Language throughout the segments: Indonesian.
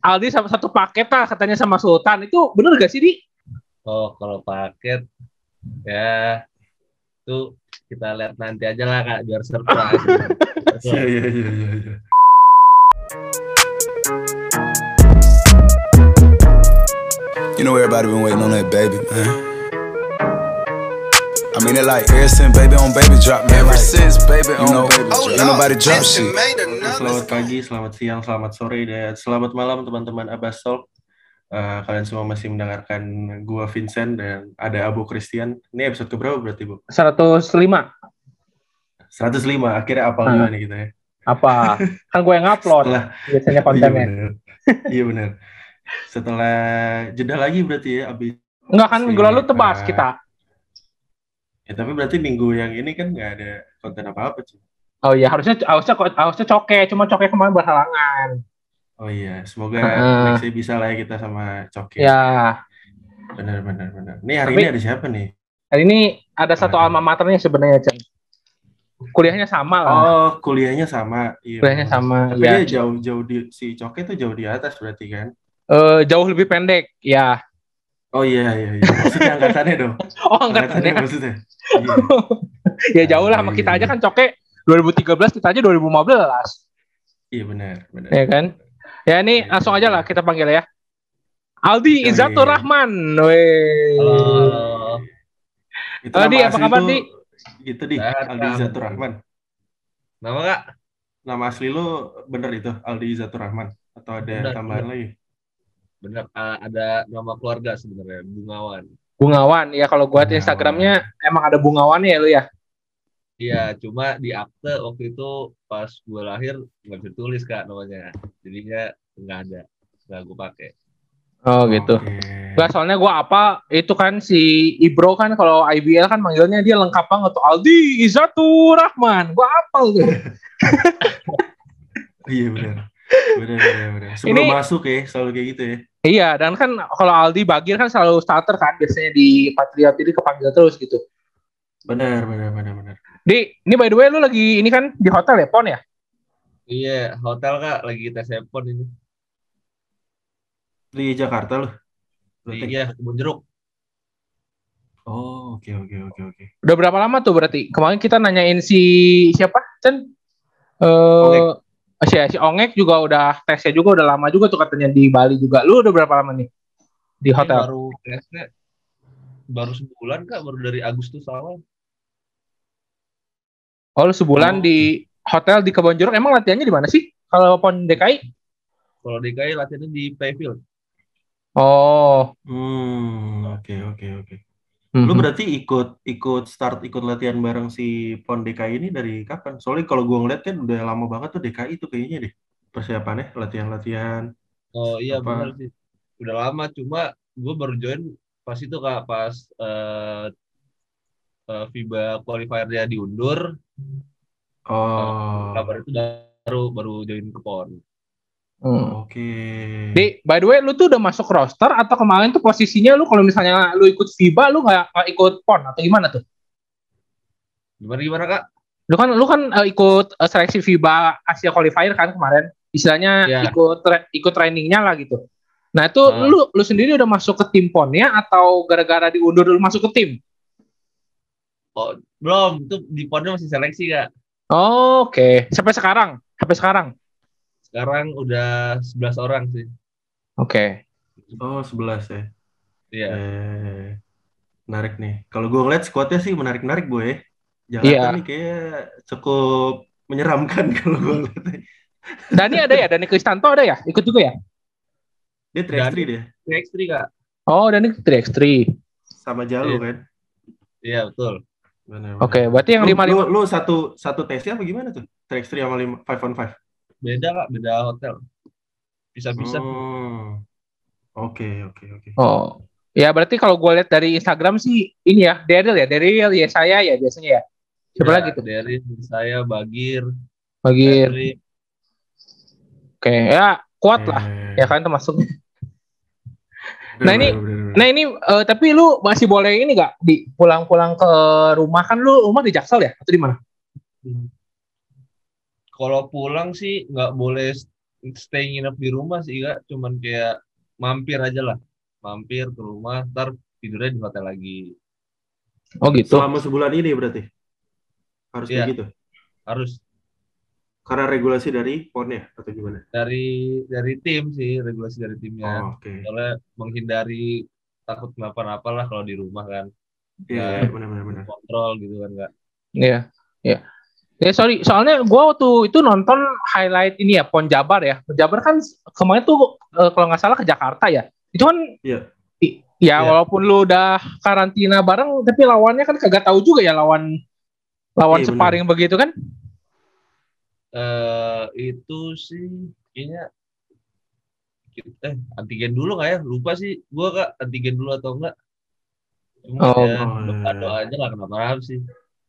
Aldi sama satu paket lah katanya sama Sultan. Itu bener gak sih, Di? Oh, kalau paket ya itu kita lihat nanti aja lah Kak, biar surprise. Iya. You know everybody been waiting on that baby, man. I mean it like ever since baby on baby drop, man. Ever since baby on baby drop. Ain't nobody drop shit. Selamat pagi, selamat siang, selamat sore, dan selamat malam teman-teman Abbas Talk. Kalian semua masih mendengarkan gua Vincent dan ada Abu Christian. Ini episode keberapa berarti, Bu? 105. 105, akhirnya apal juga nih kita ya. Apa? Kan gue yang ngupload biasanya kontennya. Iya benar. Setelah jeda lagi berarti ya, abis. Enggak kan minggu lalu tebas kita. Ya tapi berarti minggu yang ini kan nggak ada konten apa-apa cuy. Oh iya, harusnya coke, cuma coke kemarin berhalangan. Oh iya, semoga nextnya bisa lah ya kita sama coke. Ya. Benar. Nih hari ini ada siapa nih? Hari ini ada satu alma maternya sebenarnya, Cen. Kuliahnya sama lah. Oh, kuliahnya sama. Iya. Kuliahnya sama. Tapi ya. dia jauh si coke tuh jauh di atas berarti kan? Jauh lebih pendek, ya. Oh iya. Maksudnya angkatannya dong. Oh, angkatannya maksudnya. Iya. Ya jauh lah sama kita aja kan coke 2013, kita aja 2015. Iya benar. Ya kan? Ya ini langsung aja lah kita panggil ya. Aldi Izatur Rahman. Halo. Aldi, apa kabar, Di? Gitu di Aldi Izatur Rahman. Nama Kak? Nama asli lu bener itu Aldi Izatur Rahman atau ada tambahan lagi? Bener, ada nama keluarga sebenarnya, Bungawan, ya kalau gua di Instagramnya emang ada Bungawan ya lu ya? Iya, cuma di akte waktu itu pas gue lahir nggak bisa tulis Kak namanya, jadinya nggak gue pakai. Oh gitu. Gak, soalnya gua apa itu kan si Ibro kan kalau IBL kan manggilnya dia lengkap banget tuh Aldi Izatur Rahman. Gua apal tuh. Iya benar. Sebelum masuk ya selalu kayak gitu ya. Iya, dan kan kalau Aldi Bagir kan selalu starter kan biasanya di Patriot ini kepanggil terus gitu. Benar. Di, ini by the way lu lagi ini kan di hotel ya, Pon ya? Iya, hotel Kak, lagi tes Pon ini. Di Jakarta lu? Iya, Kebun Jeruk. Oh, oke. Udah berapa lama tuh berarti? Kemarin kita nanyain si siapa? Cen? Si Ongek juga udah tesnya juga udah lama juga tuh katanya di Bali juga. Lu udah berapa lama nih di hotel? Baru tesnya baru sebulan Kak, baru dari Agustus awal. Oh, lu sebulan di hotel di Kebon Jeruk. Emang latihannya di mana sih? Kalau Pon DKI? Kalau DKI latihannya di Playfield. Oh. Oke. Lu berarti ikut latihan bareng si Pon DKI ini dari kapan? Soalnya kalau gua ngeliat kan udah lama banget tuh DKI tuh kayaknya deh persiapannya, latihan. Oh iya benar sih. Udah lama, cuma gue baru join pas itu Kak, pas FIBA qualifier dia diundur. Kabar itu baru join ke PON. Oke. Di, by the way, lu tuh udah masuk roster atau kemarin tuh posisinya lu kalau misalnya lu ikut FIBA lu nggak ikut PON atau gimana tuh? Gimana Kak? Lu kan ikut seleksi FIBA Asia Qualifier kan kemarin, istilahnya ikut trainingnya lah gitu. Nah itu lu sendiri udah masuk ke tim PON-nya atau gara-gara diundur lu masuk ke tim? Oh belum, itu di PON-nya masih seleksi Kak. Oh, oke. Sampai sekarang? Sekarang udah 11 orang sih. Oke. Oh 11 ya? Iya. Menarik nih. Kalau gue ngeliat squadnya sih menarik gue ya. Jakarta nih kayak cukup menyeramkan kalau gue ngeliat. Dani ada ya? Dani Kristanto ada ya? Ikut juga ya? Dia 3x3 dia. 3x3 Kak. Oh, Dani 3x3. Sama Jalu kan? Iya betul. Benar. Oke, berarti yang 55. Lu satu tesnya apa gimana tuh? 3x3 sama 5-on-5? Beda Kak, beda hotel. Bisa-bisa. Oke. Oh, ya berarti kalau gue lihat dari Instagram sih ini ya, Daryl ya saya ya biasanya ya. Siapa lagi tuh? Daryl, saya, Bagir. Oke, ya kuat lah, ya kan termasuknya. Nah ini tapi lu masih boleh ini nggak di pulang-pulang ke rumah, kan lu rumah di Jaksel ya atau di mana? Kalau pulang sih nggak boleh stay nginep di rumah sih Kak, cuman kayak mampir aja lah. Mampir ke rumah, ntar tidurnya di hotel lagi. Oh gitu. Selama sebulan ini berarti harus kayak gitu. Harus. Karena regulasi dari PON ya atau gimana? Dari tim sih, regulasi dari timnya. Soalnya menghindari takut kenapa-napa lah kalau di rumah kan. Iya, benar. Kontrol gitu kan Kak. Iya. Ya sorry, soalnya gue waktu itu nonton highlight ini ya, PON Jabar ya. PON Jabar kan kemarin tuh kalau nggak salah ke Jakarta ya. Itu kan walaupun lu udah karantina bareng, tapi lawannya kan kagak tahu juga ya lawan sparring begitu kan? Itu sih kayaknya antigen dulu nggak ya? Lupa sih gue Kak, antigen dulu atau enggak. Cuma doa aja nggak kenapa-napa sih.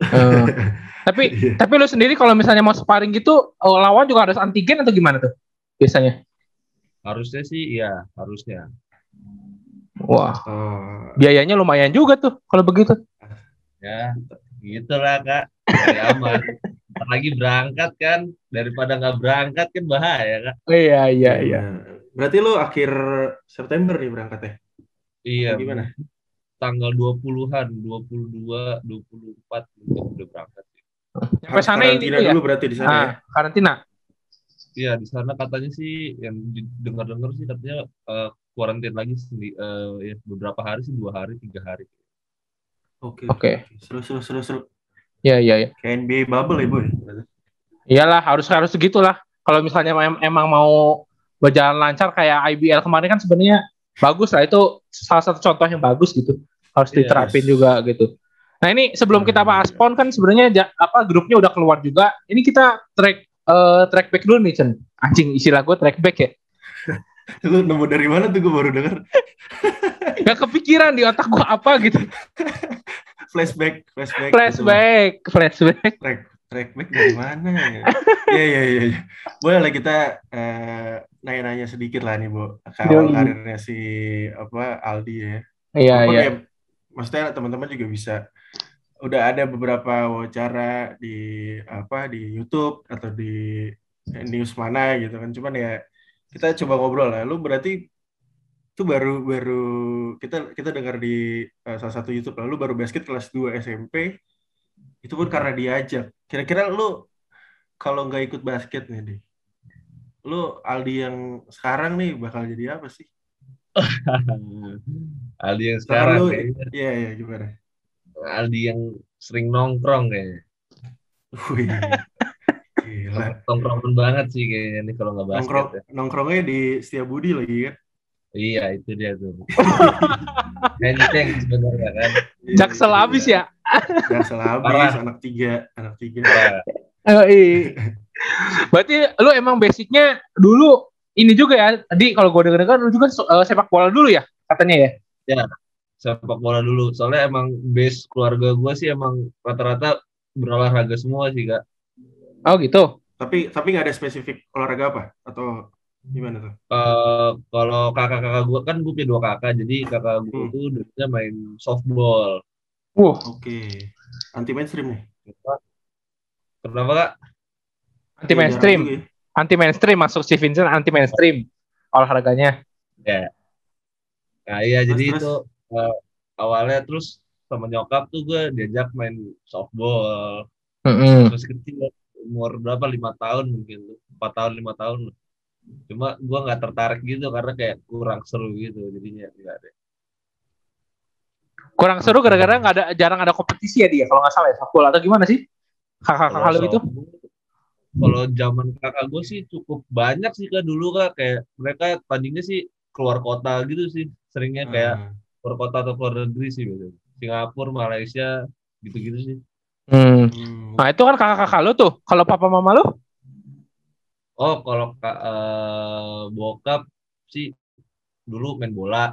Tapi lu sendiri kalau misalnya mau sparring gitu, lawan juga harus antigen atau gimana tuh biasanya? Harusnya sih iya, harusnya. Wah, biayanya lumayan juga tuh kalau begitu. Ya, gitulah Kak. Aman. Lagi berangkat kan, daripada nggak berangkat kan bahaya Kak. Iya. Berarti lu akhir September nih berangkat ya? Iya. Gimana? Tanggal 20-an, 22, 24 udah berangkat. Sampai sana ini ya? Dulu berarti di sana ya? Karantina. Iya, di sana katanya sih yang dengar-dengar sih katanya kuarantin lagi ya beberapa hari sih, 2 hari, 3 hari. Oke. Seru. Iya. Kayak NBA bubble ya, Boy. Iyalah, harus segitulah. Kalau misalnya emang mau berjalan lancar kayak IBL kemarin kan sebenarnya bagus lah, itu salah satu contoh yang bagus gitu. Harus diterapin juga gitu. Nah, ini sebelum kita bahas PON kan sebenarnya grupnya udah keluar juga. Ini kita track back dulu nih, Cen. Anjing, istilah gue track back ya. Lu nemu dari mana tuh, gue baru denger. Gak kepikiran di otak gue apa gitu. Flashback. Track back dari mana ya? Iya. Boleh lah kita nanya-nanya sedikit lah nih, Bu. Awal karirnya si Aldi ya. Iya. Maksudnya teman-teman juga bisa. Udah ada beberapa wawancara di YouTube atau di news mana gitu kan. Cuman ya kita coba ngobrol lah. Lu berarti itu baru kita dengar di salah satu YouTube, lalu baru basket kelas 2 SMP. Itu pun karena diajak. Kira-kira lu kalau nggak ikut basket nih, lu Aldi yang sekarang nih bakal jadi apa sih? Aldi yang sekarang iya gimana? Aldi yang sering nongkrong kayaknya. Wih, gila. Nongkrong banget sih kayaknya nih kalau nggak basket. Nongkrongnya di Setiabudi lagi kan? Iya, itu dia tuh. Kenceng sebenarnya kan. Jaksel habis ya? Jaksel habis, anak tiga. Berarti lu emang basicnya dulu ini juga ya? Tadi kalau gue dengar lu juga sepak bola dulu ya katanya ya? Ya, sepak bola dulu. Soalnya emang base keluarga gue sih emang rata-rata berolahraga semua sih Kak. Oh gitu. Tapi nggak ada spesifik olahraga apa atau gimana tuh? Kalau kakak-kakak gue kan gue punya 2 kakak, jadi kakak gue tuh dulunya main softball. Oke. Anti mainstream nih. Kenapa Kak? Anti mainstream masuk si Vincent, anti mainstream olahraganya. Ya. Nah iya, jadi itu awalnya terus sama nyokap tuh gue diajak main softball. Terus kecil, umur berapa, 5 tahun mungkin, 4 tahun 5 tahun. Cuma gue nggak tertarik gitu karena kayak kurang seru gitu, jadinya nggak deh. Kurang seru gara-gara jarang ada kompetisi ya dia kalau nggak salah ya, softball atau gimana sih? Kakak-kakak lu itu? Kalau zaman kakak gue sih cukup banyak sih Kak dulu Kak, kayak mereka tandingnya sih keluar kota gitu sih, seringnya kayak keluar kota atau keluar negeri sih gitu. Singapura, Malaysia, gitu-gitu sih. Nah itu kan kakak-kakak lu tuh, kalau papa mama lu? Oh kalau bokap sih dulu main bola.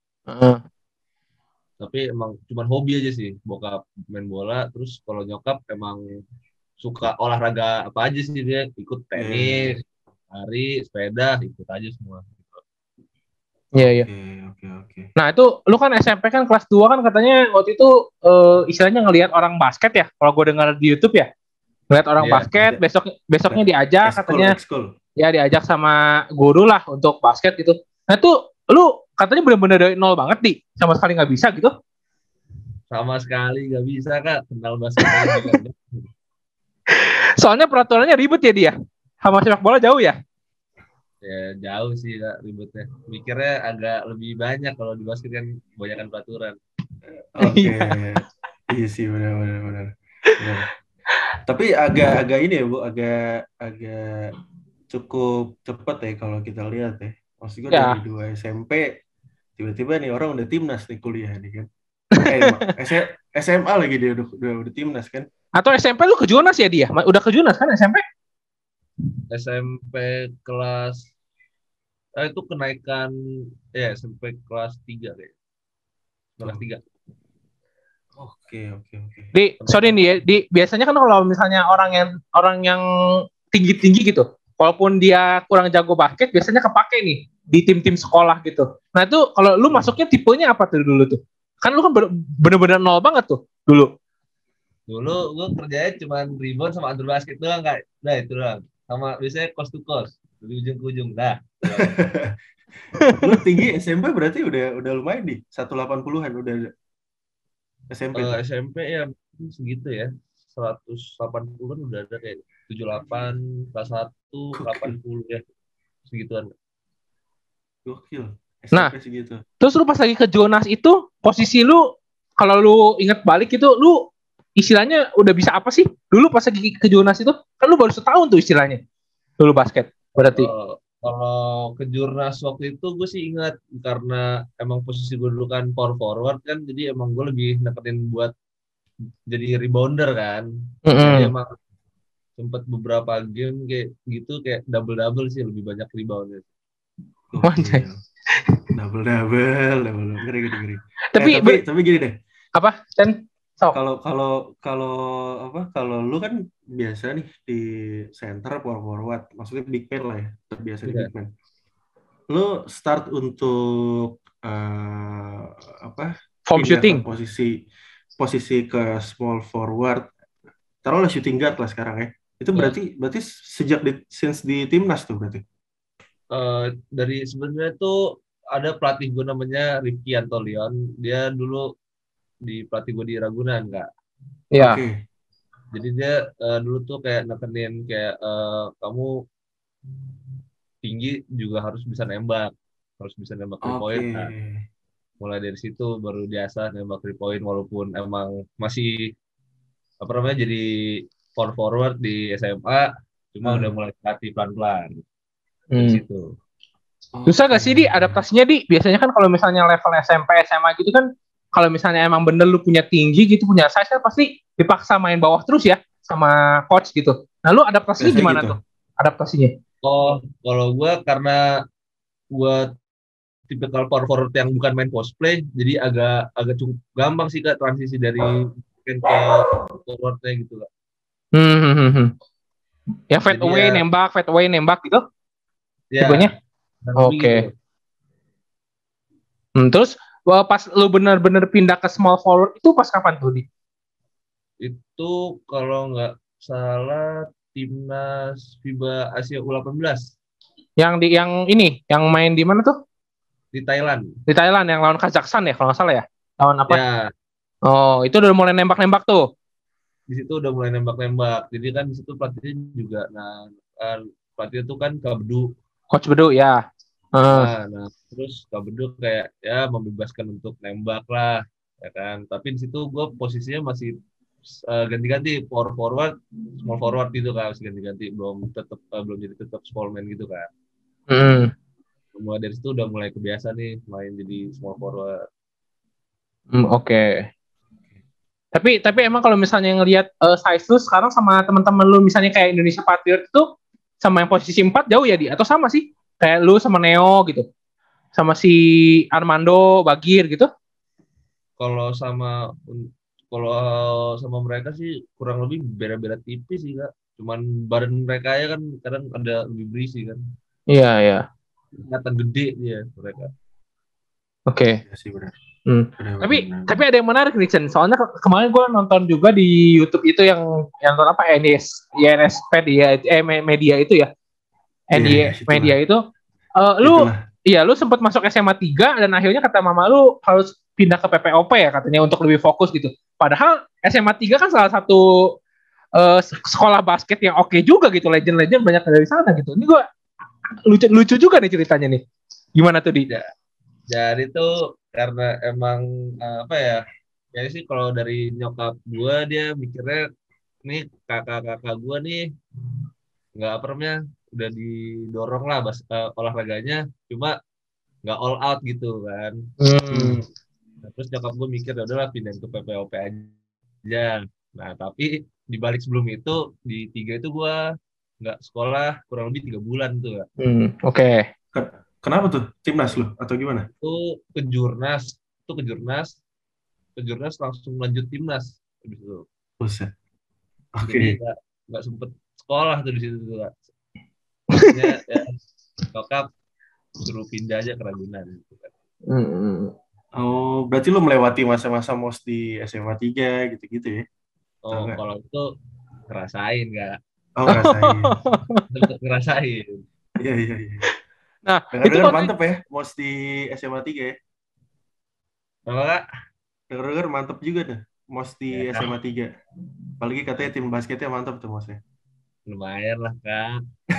Tapi emang cuman hobi aja sih bokap main bola. Terus kalau nyokap emang suka olahraga apa aja sih, dia ikut tenis, lari, sepeda, ikut aja semua. Iya. Oke. Nah itu lu kan SMP kan kelas 2 kan katanya waktu itu istilahnya ngelihat orang basket ya, kalau gue dengar di YouTube ya, ngelihat orang basket, besoknya diajak katanya. Ya diajak sama guru lah untuk basket gitu. Nah tuh lu katanya bener-bener dari nol banget di, sama sekali nggak bisa gitu. Sama sekali nggak bisa Kak, kenal basket aja. Soalnya peraturannya ribet ya dia. Sama sepak bola jauh ya? Ya jauh sih Kak ribetnya. Mikirnya agak lebih banyak kalau di basket kan kebanyakan peraturan. Oke. Iya sih benar. Tapi agak ini ya Bu, agak cukup cepet ya kalau kita lihat ya. Maksud gue dari 2 SMP tiba-tiba nih orang udah timnas nih kuliah nih kan. SMA lagi dia udah timnas kan. Atau SMP lu ke Jonas ya dia? Udah ke Jonas kan SMP? SMP kelas itu kenaikan ya SMP kelas 3 kayak. Kelas 3. Oke. Sorry nih ya, biasanya kan kalau misalnya orang yang tinggi-tinggi gitu, walaupun dia kurang jago basket, biasanya kepake nih di tim-tim sekolah gitu. Nah itu kalau lu masuknya tipenya apa tuh dulu tuh? Kan lu kan bener-bener nol banget tuh dulu. Dulu gue kerjanya cuma rebound sama atur basket doang Kak. Nah itu doang. Sama biasanya coast to coast, dari ujung ke ujung. Dah. Lu tinggi SMP berarti udah lumayan di 180-an udah SMP ya segitu ya. 180-an udah ada kayak 78, kelas 1, 80 ya. Segituan. Gokil. Nah, segitu. Terus lu pas lagi ke Jonas itu, posisi lu, kalau lu inget balik itu, lu istilahnya udah bisa apa sih? Dulu pas lagi ke Jonas itu, kan lu baru setahun tuh istilahnya. Dulu basket, berarti. Kalau ke Jurnas waktu itu gue sih ingat, karena emang posisi gue dulu kan power forward kan, jadi emang gue lebih neketin buat jadi rebounder kan. Jadi emang sempet beberapa game kayak gitu, kayak double-double sih, lebih banyak reboundnya. Anjay. Double. Ngeri. Tapi gini deh. Apa? Kalau lu kan biasa nih di center forward, maksudnya big man lah ya, terbiasa di big man. Lu start untuk form shooting, posisi ke small forward, taruhlah shooting guard lah sekarang ya. Itu berarti sejak since di timnas tuh berarti. Dari sebenarnya tuh ada pelatih gue namanya Rifki Antolion, dia dulu di pelatih gue di Ragunan Kak. Iya. Okay. Jadi dia dulu tuh kayak nekenin kayak kamu tinggi juga harus bisa nembak 3 point. Nah, mulai dari situ baru biasa nembak 3 point, walaupun emang masih jadi forward di SMA, cuma udah mulai latih pelan-pelan dari situ. Susah gak sih di adaptasinya di? Biasanya kan kalau misalnya level SMP SMA gitu kan, kalau misalnya emang bener lu punya tinggi gitu, punya size kan pasti dipaksa main bawah terus ya sama coach gitu. Nah lu adaptasinya gimana tuh? Adaptasinya? Oh, kalau gue karena gue tipikal power forward yang bukan main post play, jadi agak cukup gampang sih Kak transisi dari ke forwardnya gitu Kak. Ya fade away nembak gitu? Ya. Oke. Terus pas lu benar-benar pindah ke small forward itu pas kapan tuh di? Itu kalau nggak salah timnas FIBA Asia U18. Yang main di mana tuh? Di Thailand. Di Thailand yang lawan Kazakhstan ya kalau nggak salah ya? Lawan apa? Ya. Oh, itu udah mulai nembak-nembak tuh. Di situ udah mulai nembak-nembak. Jadi kan di situ pelatihnya juga, pelatih itu kan Coach Bedu ya. Nah, terus Bedu kayak ya membebaskan untuk nembak lah, ya kan. Tapi di situ gue posisinya masih ganti-ganti power forward, small forward gitu kan, masih ganti-ganti, belum jadi tetap small man gitu kan. Mulai dari situ udah mulai kebiasa nih main jadi small forward. Oke. Tapi emang kalau misalnya ngelihat size lu sekarang sama teman-teman lu misalnya kayak Indonesia Patriot itu sama yang posisi 4 jauh ya di? Atau sama sih? Kayak lu sama Neo gitu. Sama si Armando, Bagir gitu. Kalau sama mereka sih kurang lebih beda-beda tipis sih Kak. Cuman badan mereka ya kan kadang ada lebih berisi kan. Iya. Kelihatan gede dia mereka. Oke. Iya sih benar. Tapi ada yang menarik nih Chen. Soalnya kemarin gue nonton juga di YouTube itu yang nonton apa INSP media itu ya. media itu lu sempat masuk SMA 3 dan akhirnya kata mama lu harus pindah ke PPOP ya katanya untuk lebih fokus gitu. Padahal SMA 3 kan salah satu sekolah basket yang oke juga gitu, legend-legend banyak dari sana gitu. Ini gue lucu juga nih ceritanya nih. Gimana tuh Di? Jadi tuh karena emang apa ya? Jadi sih kalau dari nyokap gue dia mikirnya nih kakak-kakak gue nih nggak peremnya udah didorong lah olahraganya, cuma nggak all out gitu kan. Nah, terus nyokap gue mikir ya udahlah pindahin ke PPOP aja. Nah tapi di balik sebelum itu di 3 itu gue nggak sekolah kurang lebih 3 bulan tuh ya. Oke. Kenapa tuh? Timnas lu atau gimana? Itu ke jurnas langsung lanjut timnas habis itu. Buset. Oke. Jadi nggak sempet sekolah tuh di situ tuh Kak. Makanya ya nyokap suruh pindah aja ke Ragunan gitu kan. Oh, berarti lu melewati masa-masa MOS di SMA 3 gitu-gitu ya? Oh, kalau itu ngerasain Kak. Oh, ngerasain. Iya. Nah, itu mantep ya MOS di SMA 3 ya? Apa Kak? Dengar mantep juga tuh MOS di SMA 3. Apalagi katanya tim basketnya mantep tuh MOS-nya. Lumayan lah Kak.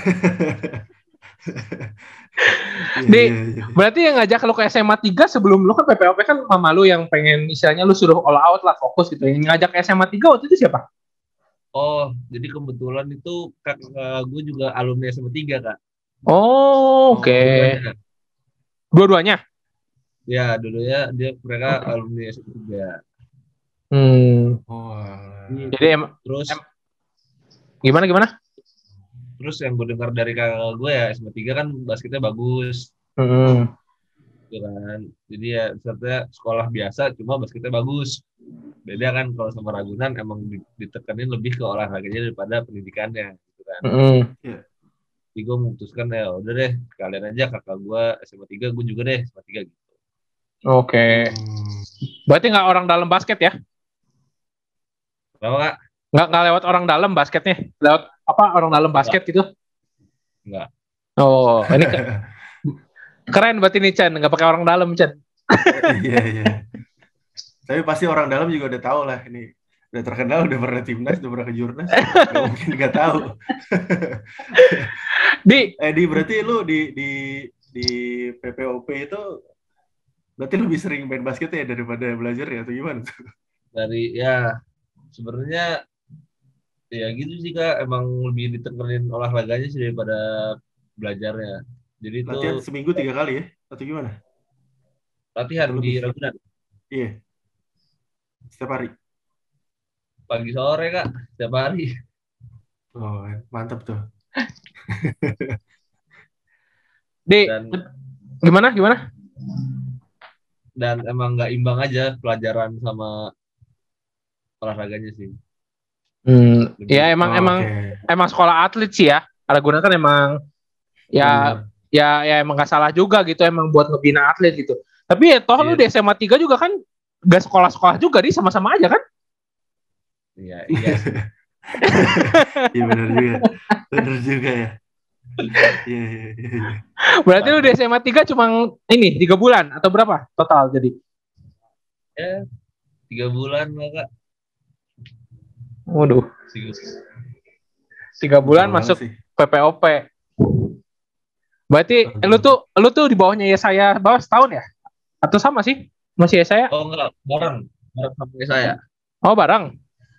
Berarti yang ngajak lu ke SMA 3 sebelum lu kan PPOP kan mama lu yang pengen istilahnya lu suruh all out lah, fokus gitu. Yang ngajak ke SMA 3 waktu itu siapa? Oh, jadi kebetulan itu kakak gue juga alumni SMA 3 Kak. Oh, oke. Dua-duanya? Ya, dulunya mereka alumni SMA 3. Jadi terus gimana? Terus yang gue dengar dari kakak gue ya SMA 3 kan basketnya bagus. Gitu kan. Jadi ya sebenarnya sekolah biasa cuma basketnya bagus. Beda kan kalau sama Ragunan emang ditekenin lebih ke olahraganya daripada pendidikannya gitu kan. Jadi gue memutuskan ya udah deh kalian aja kakak gue SMA 3 gue juga deh SMA 3 gitu. Oke. Berarti nggak orang dalam basket ya? Kenapa Kak? Nggak lewat orang dalam basketnya? Lewat apa orang dalam basket gitu? Enggak. Oh, ini keren berarti nih Chan, nggak pakai orang dalam Chan. Iya. Tapi pasti orang dalam juga udah tahu lah ini. Udah terkenal, udah pernah timnas, udah pernah ke jurnas. Gak mungkin nggak tahu. Di berarti lu di PPOP itu berarti lebih sering main basket ya daripada belajar ya atau gimana tuh? Dari ya sebenarnya ya gitu sih Kak, emang lebih ditekenin olahraganya sih daripada belajarnya. Jadi latihan seminggu 3 kali ya atau gimana? Latihan di Ragunan. Iya. Setiap hari. Pagi sore Kak, setiap hari. Oh, mantap tuh. Gimana? Dan emang nggak imbang aja pelajaran sama olahraganya sih. Ya emang sekolah atlet sih ya. Ragunan kan emang ya emang gak salah juga gitu, emang buat ngebina atlet gitu. Tapi ya toh lu di SMA 3 juga kan gak sekolah-sekolah juga nih, sama-sama aja kan? Iya. Iya benar juga ya. Iya. Berarti lu di SMA 3 cuma ini 3 bulan atau berapa total jadi? Ya 3 bulan lah Kak. Waduh. 3 bulan masuk sih. PPOP. Berarti lu tuh di bawahnya Yesaya bawah setahun ya? Atau sama sih? Masih Yesaya? Oh enggak, bareng sama Yesaya. Oh, bareng.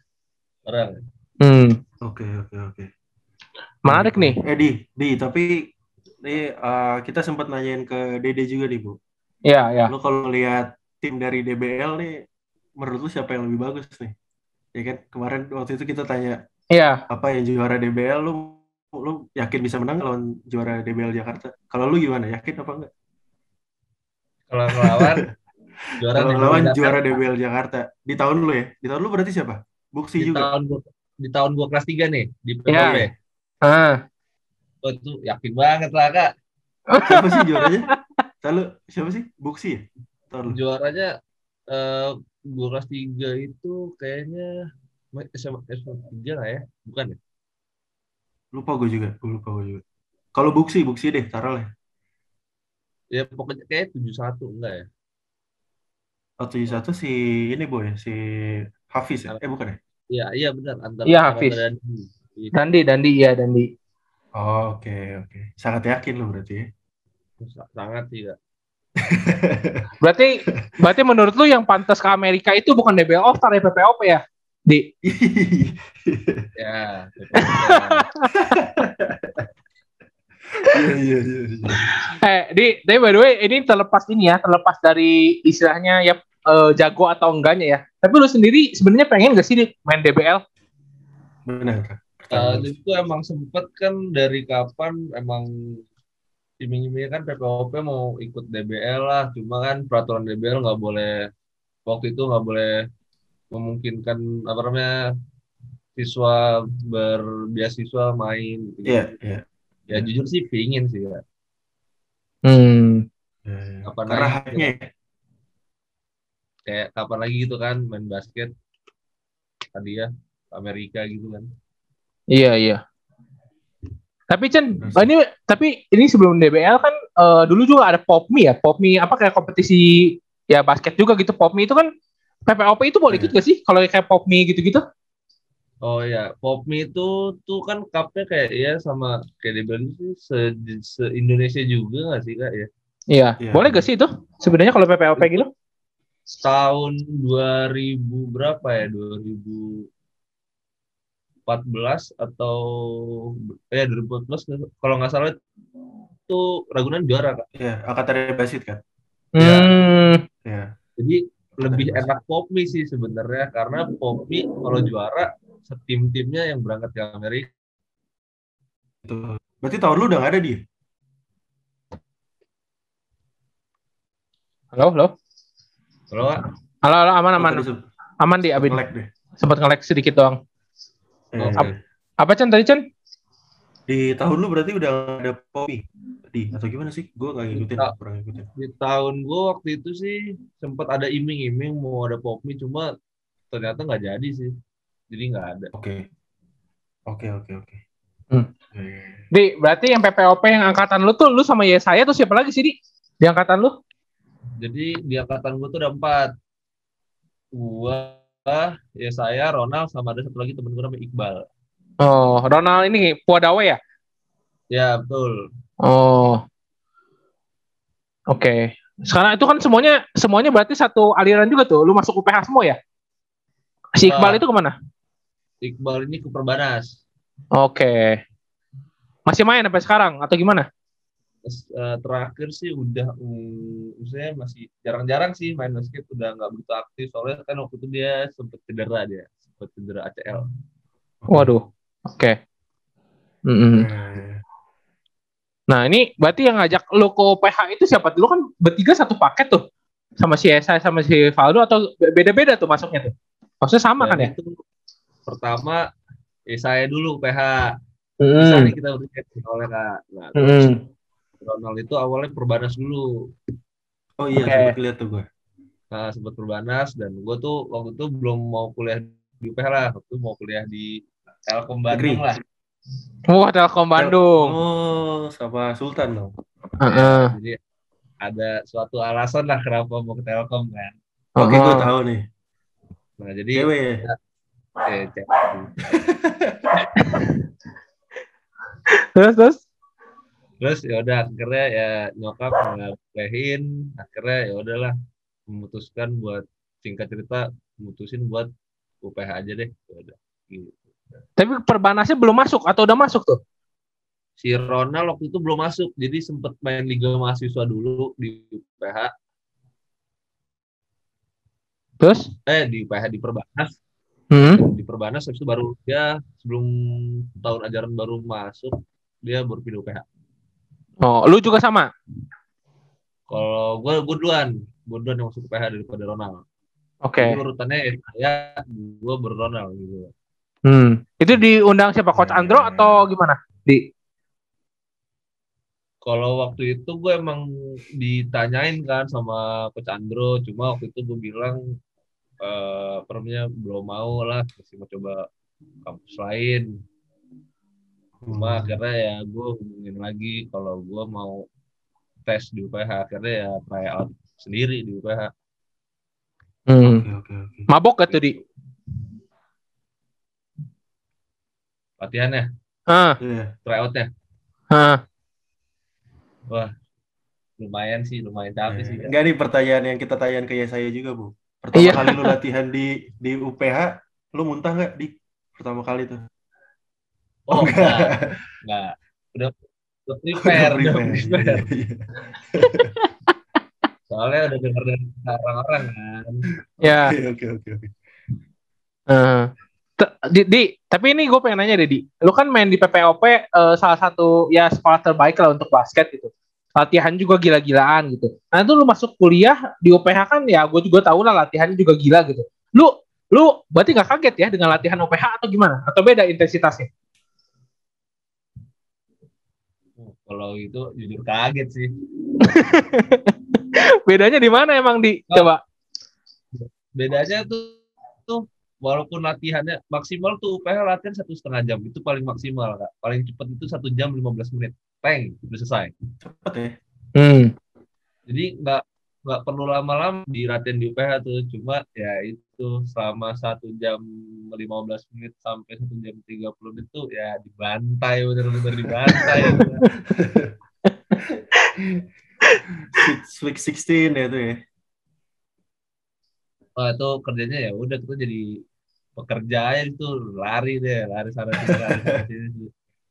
Oke. Menarik nih. Di tapi nih kita sempat nanyain ke Dede juga nih, Bu. Iya. Lu kalau lihat tim dari DBL nih, menurut lu siapa yang lebih bagus nih? Ya kan kemarin waktu itu kita tanya apa yang juara DBL, lu yakin bisa menang lawan juara DBL Jakarta? Kalau lu gimana, yakin apa enggak? Kalau ngelawan juara DBL Jakarta di tahun lu ya? Di tahun lu berarti siapa? Buksi juga. Di tahun gua kelas 3 nih di PPOP. Oh, itu yakin banget lah Kak. Siapa sih juaranya? Siapa sih? Buksi ya? Juaranya gua kelas 3 itu kayaknya SMA 3 lah ya, bukan ya? Lupa gue juga. Kalau Buksi deh, taruh lah. Ya pokoknya kayak 71 enggak ya? Oh, 71 si ini boy, si Hafiz ya? Bukan ya? Iya benar antara Iya, Aranda Hafiz. dan Dandi, iya Dandi. Oh, oke. Sangat yakin lo berarti ya. sangat sih ya. Berarti menurut lu yang pantas ke Amerika itu bukan DBL All Star ya, PPOP ya? Di. Ya, Iya. Tapi by the way, ini terlepas dari istilahnya ya jago atau enggaknya ya. Tapi lu sendiri sebenarnya pengen gak sih main DBL? Benar. Itu emang sempet kan dari kapan emang iming-imingnya kan PPOP mau ikut DBL lah, cuma kan peraturan DBL nggak boleh waktu itu nggak boleh memungkinkan apa namanya siswa berbeasiswa main gitu. Iya. Ya jujur sih pingin sih ya. Kapan Karena lagi hype-nya ya. Kayak kapan lagi gitu kan main basket tadi ya Amerika gitu kan. Iya. Tapi ini sebelum DBL kan dulu juga ada Popmi ya. Popmi apa kayak kompetisi ya basket juga gitu. Popmi itu kan PPOP itu boleh ikut gak sih kalau kayak Popmi gitu-gitu? Oh ya, Popmi itu tuh kan cupnya kayak ya sama kayak dibilang sih se-Indonesia juga nggak sih Kak ya? Iya. Boleh gak sih itu sebenarnya kalau PPOP gitu? Tahun 2000 berapa ya? 2014 atau 2014 kalau nggak salah itu Ragunan juara Kak. Iya, Angkatan Basit kan. Iya. Jadi lebih enak Popmi sih sebenarnya karena Popmi kalau juara setim-timnya yang berangkat ke Amerika. Itu. Berarti tahun lu udah nggak ada dia? Halo. Halo, aman di Abin. Sempat nge-lag sedikit doang. Apa Chan tadi Chan? Di tahun lu berarti udah ada Popmi atau gimana sih? Gue nggak ngikutin, kurang ngikutin. Di tahun gue waktu itu sih sempat ada iming-iming mau ada Popmi cuma ternyata nggak jadi sih. Jadi nggak ada. Oke. Di, berarti yang PPOP yang angkatan lu tuh, lu sama Yesaya tuh siapa lagi sih, Di? Di angkatan lu? Jadi di angkatan gue tuh ada 4. Gua, Yesaya, Ronald, sama ada satu lagi temen gue namanya Iqbal. Oh, Ronald ini Puadawe ya? Ya, betul. Oh. Oke. Sekarang itu kan semuanya berarti satu aliran juga tuh. Lu masuk UPH semua ya? Si Iqbal itu kemana? Iqbal ini ke Perbanas. Oke. Masih main sampai sekarang atau gimana? Terakhir sih udah maksudnya masih jarang-jarang sih main basket, udah nggak begitu aktif soalnya kan waktu itu dia sempat cedera ACL. Waduh. Oke. Nah ini berarti yang ngajak lu ke UPH itu siapa? Dulu kan bertiga satu paket tuh sama si Esa sama si Valdo atau beda-beda tuh masuknya tuh? Maksudnya sama kan ya? Itu pertama saya dulu UPH. Bisa nih kita udah cek oleh Kak. Nah, Ronald itu awalnya Perbanas dulu. Oh iya, sempat lihat tuh gue. Nah, sempat Perbanas dan gue tuh waktu itu belum mau kuliah di UPH lah, waktu itu mau kuliah di Telkom Bandung lah. Wah, Telkom Bandung. Oh, sama Sultan dong. Ya, jadi ada suatu alasan lah kenapa mau ke Telkom kan. Oke, gue tahu nih. Nah, jadi cewek ya? Cewek. Terus ya udah akhirnya ya nyokap nggak bolehin, akhirnya ya udahlah memutuskan buat singkat cerita mutusin buat UPH aja deh. Ya udah gitu. Tapi Perbanasnya belum masuk atau udah masuk tuh? Si Ronald waktu itu belum masuk, jadi sempet main Liga Mahasiswa dulu di UPH. Terus? Di UPH di Perbanas. Di Perbanas habis itu baru dia sebelum tahun ajaran baru masuk, dia baru pindah UPH. Oh, lu juga sama? Kalau gue duluan yang masuk UPH daripada Ronald. Oke. Urutannya ya gue Ronald gitu. Itu diundang siapa? Coach Andro atau gimana? Kalau waktu itu gue emang ditanyain kan sama Coach Andro, cuma waktu itu gue bilang belum mau lah, masih mau coba kampus lain. Cuma akhirnya ya gue hubungin lagi kalau gue mau tes di UPH, akhirnya ya tryout sendiri di UPH. Oke. Mabok gak tuh di latihannya? Tryoutnya? Wah, lumayan capek sih. Enggak nih pertanyaan yang kita tanyain ke saya juga, Bu. Pertama kali lu latihan di UPH, lu muntah nggak di pertama kali tuh? Oh, enggak. Udah prepare. Iya. Soalnya udah denger dari orang-orang kan. Ya. Oke. Tapi ini gue pengen nanya deh, Di. Lu kan main di PPOP salah satu ya sekolah terbaik lah untuk basket gitu. Latihan juga gila-gilaan gitu. Nah itu lu masuk kuliah di UPH kan ya gue juga tahu lah latihannya juga gila gitu. Lu berarti nggak kaget ya dengan latihan UPH atau gimana? Atau beda intensitasnya? Kalau itu jujur kaget sih. Bedanya di mana emang di coba? Bedanya tuh walaupun latihannya maksimal tuh UPH latihan 1,5 jam itu paling maksimal Kak. Paling cepat itu 1 jam 15 menit. Peng, udah selesai. Cepet ya. Jadi nggak perlu lama-lama di latihan di UPH tuh, cuma ya itu selama 1 jam 15 menit sampai 1 jam 30 menit tuh ya dibantai, bener-bener dibantai. Sweet 16 ya tuh ya. Wah itu kerjanya ya udah kita jadi pekerja aja itu lari sana sini.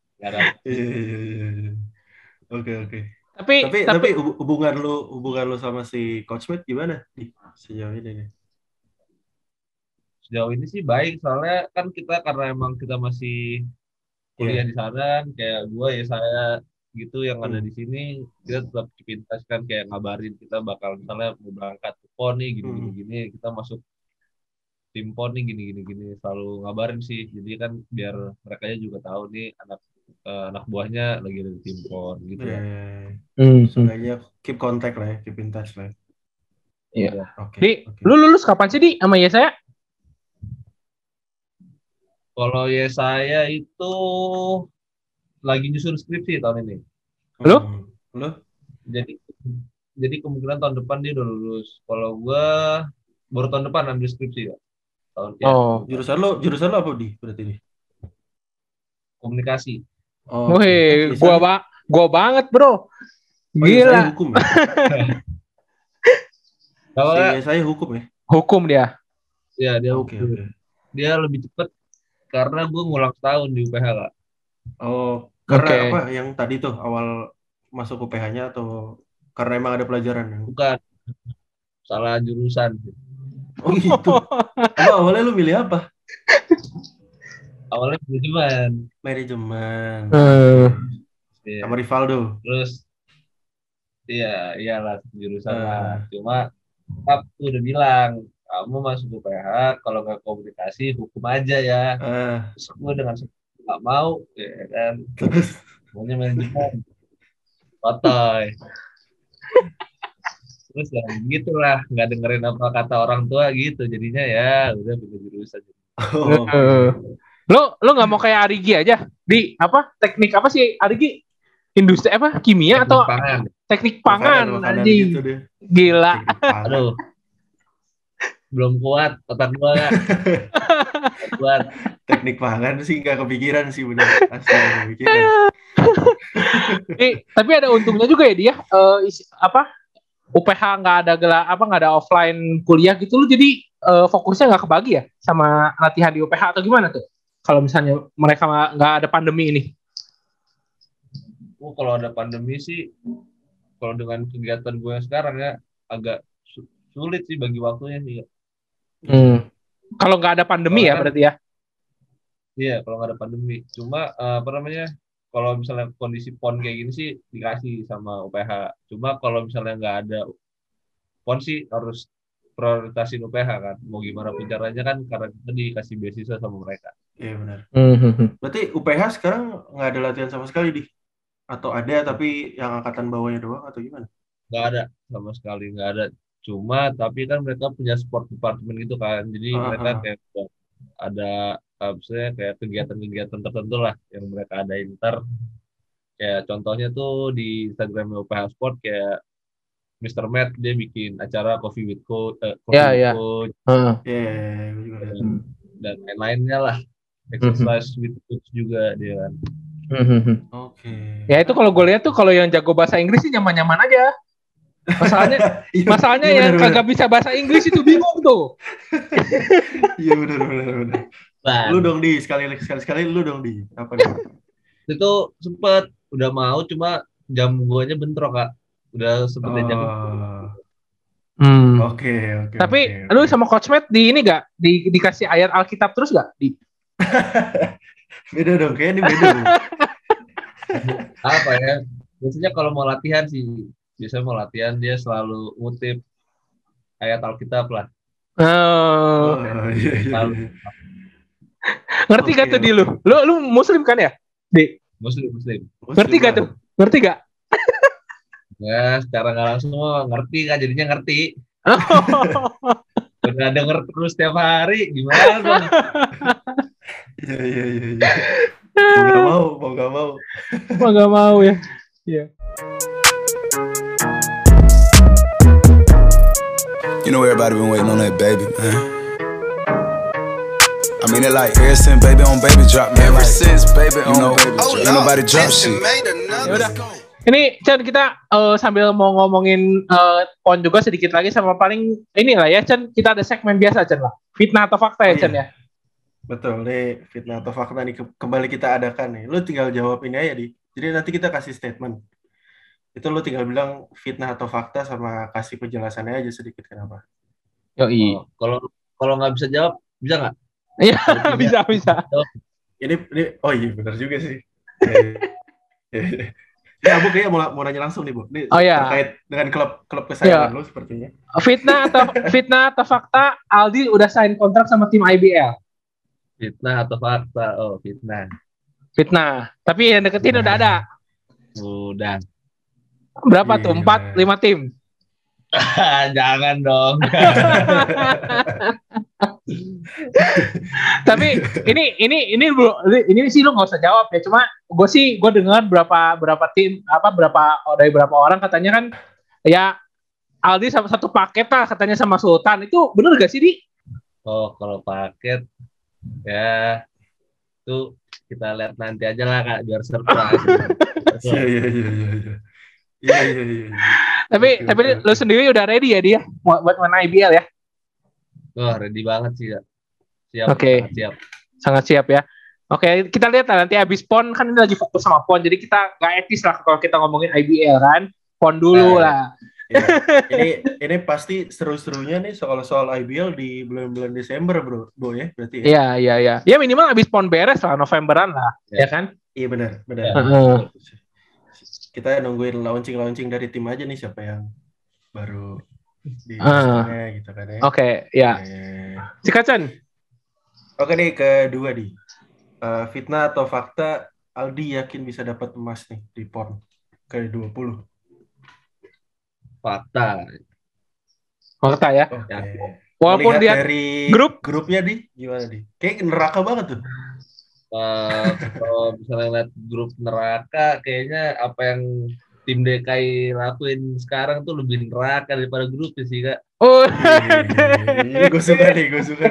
Iya. Oke. Tapi hubungan lu sama si Coach Matt gimana sejauh ini nih? Sejauh ini sih baik, soalnya kan kita karena emang kita masih kuliah di sana, kayak gue ya saya gitu yang ada di sini, kita tetap keep in touch kan, kayak ngabarin kita bakal misalnya mau berangkat ke PON nih gini, kita masuk tim PON nih gini, selalu ngabarin sih, jadi kan biar mereka juga tahu nih anak buahnya lagi ada di tim PON gitu ya. Seenggaknya keep contact lah ya, keep in touch lah. Iya. Oke. Lu lulus kapan sih di sama ya saya? Kalau ya saya itu lagi nyusun skripsi tahun ini. Lu? Jadi kemungkinan tahun depan dia udah lulus. Kalau gue baru tahun depan ambil skripsi ya. Jurusan lo apa di berarti ini? Komunikasi. Wih, gua banget bro. Gila. Saya hukum ya. Saya hukum ya. Hukum dia. Ya dia hukum. Okay. Dia lebih cepet karena gue ngulang tahun di UPH Kak. Karena apa yang tadi tuh awal masuk UPH-nya atau karena emang ada pelajaran yang... Bukan. Salah jurusan. Oh gitu. Awalnya lu milih apa? Awalnya manajemen. Sama Rivaldo. Terus iyalah jurusan lah. Cuma tuh udah bilang kamu masuk UPH kalau nggak komunikasi hukum aja ya. Terus gue dengan nggak mau ya kan. Maunya manajemen. Kotoy. Terus ya gitulah, nggak dengerin apa kata orang tua gitu, jadinya ya udah pindah jurusan. Lo nggak mau kayak Arigi aja di apa teknik apa sih Arigi, industri apa kimia teknik atau pangan. Teknik pangan anjing gitu gila. Aduh belum kuat otak gua kan. Kuat teknik pangan sih nggak kepikiran sih benar asli kepikiran. Tapi ada untungnya juga ya dia UPH nggak ada offline kuliah gitu, lu jadi fokusnya nggak kebagi ya sama latihan di UPH atau gimana tuh? Kalau misalnya mereka nggak ada pandemi ini? Kalau ada pandemi sih, kalau dengan kegiatan gue yang sekarang ya agak sulit sih bagi waktunya sih. Kalau nggak ada pandemi ya berarti ya? Iya, kalau nggak ada pandemi. Cuma kalau misalnya kondisi PON kayak gini sih dikasih sama UPH. Cuma kalau misalnya nggak ada PON sih harus prioritasin UPH kan. Mau gimana pun caranya kan karena kita dikasih beasiswa sama mereka. Iya benar. Berarti UPH sekarang nggak ada latihan sama sekali di? Atau ada tapi yang angkatan bawahnya doang atau gimana? Nggak ada sama sekali, nggak ada. Cuma tapi kan mereka punya sport department gitu kan. Jadi mereka kayak ada maksudnya kayak kegiatan-kegiatan tertentu lah yang mereka adain ntar. Kayak contohnya tuh di Instagram UPH Sport kayak Mr. Matt dia bikin acara Coffee with Coach, Coach, dan lain-lainnya lah. Exercise with Coach juga dia kan. Oke. Ya itu kalau gue lihat tuh kalau yang jago bahasa Inggris sih nyaman-nyaman aja. Masalahnya yang kagak bisa bahasa Inggris itu bingung tuh. Iya benar. Lu dong di sekali lu dong di apa nih? Itu sempet udah mau cuma jam guanya bentrok Kak. Udah sempet jam. Oke. Tapi lu sama Coach Matt di ini gak dikasih ayat Alkitab terus gak? Beda dong, kayaknya ini beda dong. Apa ya? Biasanya kalau mau latihan sih, biasanya dia selalu ngutip ayat Alkitab lah. Iya. Ngerti gak tuh di lu? Lu Muslim kan ya? Muslim. Ngerti gak tuh? Ngerti gak? Ya, secara nggak langsung ngerti kan, jadinya ngerti. Udah denger terus tiap hari, gimana dong? Iya. Mau nggak mau ya. Iya. You know everybody been waiting on that baby, man. I mean it like ever since baby on baby drop, man. Ever since baby on baby drop, ain't nobody drop shit. Yaudah. Ini Chan kita sambil mau ngomongin PON juga sedikit lagi sama paling ini lah ya Chan, kita ada segmen biasa Chan lah. Fitnah atau fakta ya Chan ya. Betul nih, fitnah atau fakta nih kembali kita adakan nih. Lu tinggal jawab ini aja di. Jadi nanti kita kasih statement. Itu lu tinggal bilang fitnah atau fakta sama kasih penjelasannya aja sedikit kenapa. Yoi. Kalau nggak bisa jawab, bisa nggak? Iya, bisa. Ini oh iya benar juga sih. Ya, Bu kayaknya mau nanya langsung nih, Bu. Ini terkait dengan klub kesayangan lu sepertinya. Fitnah atau fakta, Aldi udah sign kontrak sama tim IBL. Fitnah atau fakta? Oh, fitnah. Tapi yang deketin udah ada. Udah. Berapa tuh? 4-5 tim? Jangan dong. Tapi ini sih lu nggak usah jawab ya. Cuma gue dengar berapa tim dari berapa orang katanya kan ya Aldi sama satu paket lah katanya sama Sultan. Itu bener gak sih Di? Oh kalau paket ya itu kita lihat nanti aja lah Kak biar surprise. Iya. Tapi lu sendiri udah ready ya dia buat main IBL ya? Oh ready banget sih Kak. Siap. Oke. Sangat siap ya. Oke, kita lihat lah nanti abis PON kan ini lagi fokus sama PON, jadi kita nggak etis lah kalau kita ngomongin IBL kan, PON dulu lah. Ya. Ini pasti seru-serunya nih soal IBL di bulan-bulan Desember bro ya berarti ya. Iya. Ya minimal abis PON beres lah, Novemberan lah, ya kan? Iya benar. Kita nungguin launching dari tim aja nih siapa yang baru di gitu kan ya. Oke, ya. Sikacan. Oke nih kedua di fitnah atau fakta Aldi yakin bisa dapat emas nih di PON ke-20. Fakta ya. Okay. Walaupun dia dari grupnya di gimana di? Kayak neraka banget tuh. Kalau misalnya lihat grup neraka, kayaknya apa yang tim DKI lakuin sekarang tuh lebih neraka daripada grupnya sih Kak. Oh, gue suka nih.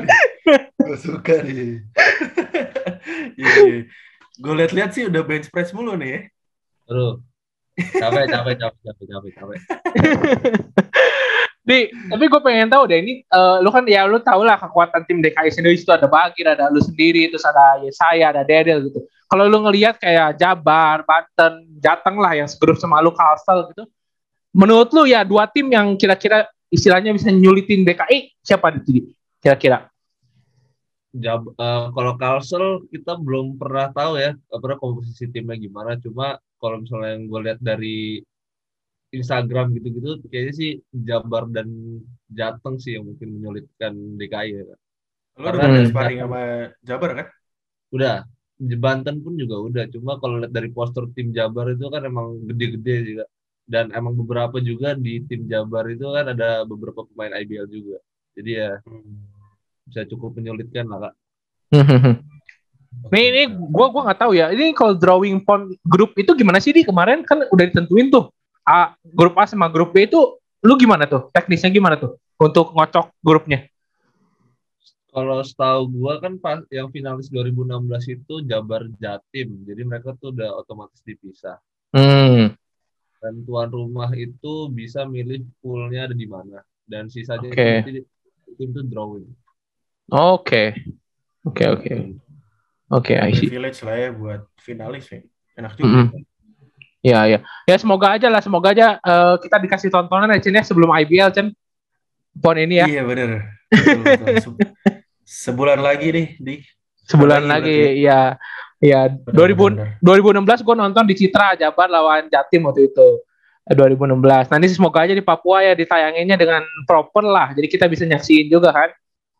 Gue lihat sih udah bench press mulu nih ya. Aduh, capek. Tapi gue pengen tahu deh ini, lu kan ya lu tau lah kekuatan tim DKI sendiri itu ada Bagir, ada lu sendiri, terus ada Yesaya, ada Dedel gitu. Kalau lu ngelihat kayak Jabar, Banten, Jateng lah yang segrup sama lu Kalsel gitu, menurut lu ya dua tim yang kira-kira istilahnya bisa nyulitin DKI siapa di kira-kira? Kalau Kalsel kita belum pernah tahu ya, pernah komposisi timnya gimana. Cuma kalau misalnya yang gue lihat dari Instagram gitu-gitu, kayaknya sih Jabar dan Jateng sih yang mungkin menyulitkan DKI ya. Lo udah sparring sama Jabar kan? Udah, Banten pun juga udah. Cuma kalau lihat dari postur tim Jabar itu kan emang gede-gede juga. Dan emang beberapa juga di tim Jabar itu kan ada beberapa pemain IBL juga. Jadi ya bisa cukup menyulitkan lah Kak. Ini gua nggak tahu ya. Ini kalau drawing pon grup itu gimana sih di kemarin kan udah ditentuin tuh. Grup A sama grup B itu lu gimana tuh? Teknisnya gimana tuh untuk ngocok grupnya? Kalau setahu gua kan pas yang finalis 2016 itu Jabar Jatim. Jadi mereka tuh udah otomatis dipisah. Dan tuan rumah itu bisa milih poolnya ada di mana. Dan sisanya itu nanti tim itu drawing. Oke, I see. Village lah ya buat finalis ya. Enak juga. Ya. Ya semoga aja kita dikasih tontonan ya Cen ya sebelum IBL Cen. Pon ini ya. Iya benar. Sebulan lagi nih di. Sebulan lagi ya. Ya 2016 gue nonton di Citra Jabar lawan Jatim waktu itu. 2016. Nanti semoga aja di Papua ya ditayanginnya dengan proper lah. Jadi kita bisa nyaksiin juga kan.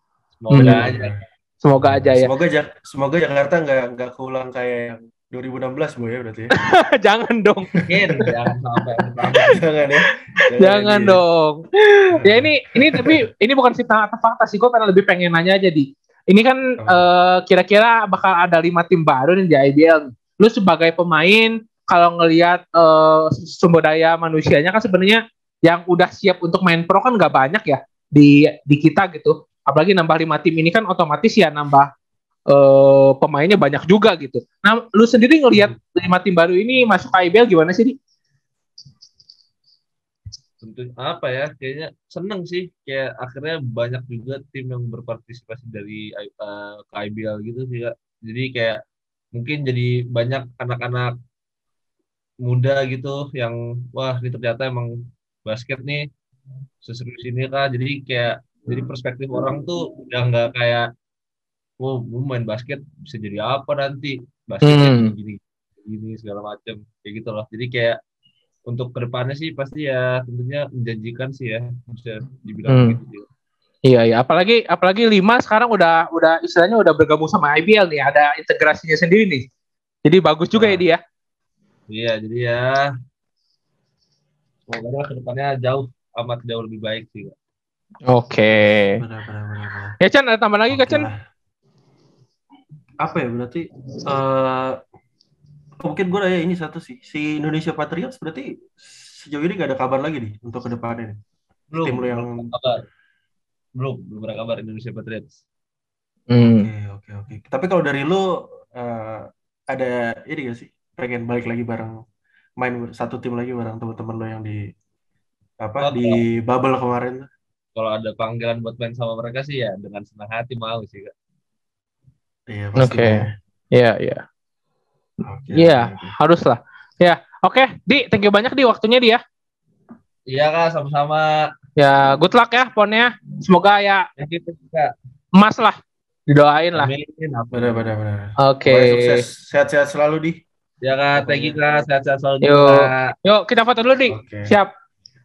Semoga aja ya. Semoga Jakarta nggak keulang kayak yang 2016 Bu ya berarti. Ya. Jangan dong. Jangan sampai. Jangan ya. Jangan dong. Ya ini tapi ini bukan fitnah atau fakta sih. Gue lebih pengen nanya aja di. Ini kan kira-kira bakal ada 5 tim baru nih di IBL. Lu sebagai pemain kalau ngelihat sumber daya manusianya kan sebenarnya yang udah siap untuk main pro kan nggak banyak ya di kita gitu. Apalagi nambah 5 tim ini kan otomatis ya nambah pemainnya banyak juga gitu. Nah, lu sendiri ngelihat 5 tim baru ini masuk IBL gimana sih, Di? Tentu apa ya, kayaknya seneng sih. Kayak akhirnya banyak juga tim yang berpartisipasi dari ke IBL gitu sih, Kak. Jadi kayak mungkin jadi banyak anak-anak muda gitu yang wah ini ternyata emang basket nih seserius ini Kak. Jadi kayak jadi perspektif orang tuh udah nggak kayak mau main basket bisa jadi apa nanti basketnya gini segala macam kayak gitu loh. Jadi kayak untuk kedepannya sih pasti ya tentunya menjanjikan sih ya bisa dibilang gitu sih. Iya apalagi 5 sekarang udah istilahnya udah bergabung sama IBL nih, ada integrasinya sendiri nih. Jadi bagus juga ya dia. Iya jadi ya semoga kedepannya jauh lebih baik sih. Oke. Benar. Ya Chan, ada tambah lagi Kak Chan? Apa ya berarti mungkin gue nanya ini satu sih, si Indonesia Patriots berarti sejauh ini gak ada kabar lagi nih untuk kedepannya nih. Tim lo yang belum ada kabar Indonesia Patriots. Oke. Tapi kalau dari lo ada ini gak sih pengen balik lagi bareng main satu tim lagi bareng teman-teman lo yang di di bubble kemarin? Kalau ada panggilan buat main sama mereka sih ya dengan senang hati mau sih Kak. Iya pasti. Iya. Iya, haruslah. Ya, oke, Di, thank you banyak Di waktunya Di ya. Iya Kak, sama-sama. Ya, good luck ya ponnya. Semoga ya emas lah. Didoain lah. Benar. Oke. Sukses, sehat-sehat selalu Di. Ya Kak, thank you Kak, sehat-sehat selalu. Yuk, kita foto dulu Di. Okay. Siap.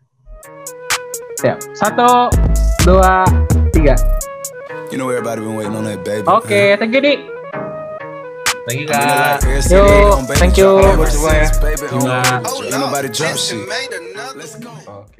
1, 2, 3. You know everybody been waiting on that baby. Oke, thank you Di. Thank you Kak. Yo, thank you. Ain't nobody drop shit. Oke.